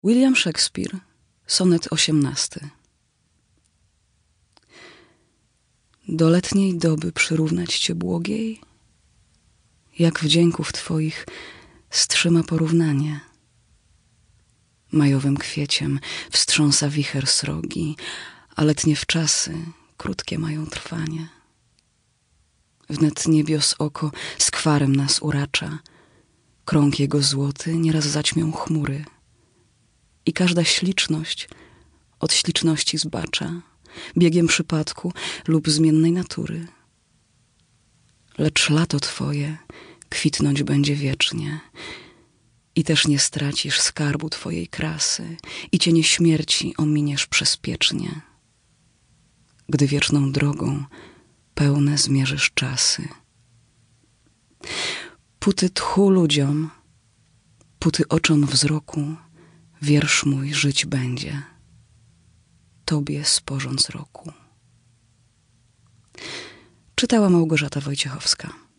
William Shakespeare, sonet 18. Do letniej doby przyrównać cię błogiej? Jak wdzięków twoich strzyma porównanie? Majowym kwieciem wstrząsa wicher srogi, a letnie wczasy krótkie mają trwanie. Wnet niebios oko skwarem nas uracza, krąg jego złoty nieraz zaćmią chmury i każda śliczność od śliczności zbacza, biegiem przypadku lub zmiennej natury. Lecz lato twoje kwitnąć będzie wiecznie i też nie stracisz skarbu twojej krasy i cienie śmierci ominiesz bezpiecznie, gdy wieczną drogą pełne zmierzysz czasy. Póty tchu ludziom, póty oczom wzroku, wiersz mój żyć będzie, tobie sporząc roku. Czytała Małgorzata Wojciechowska.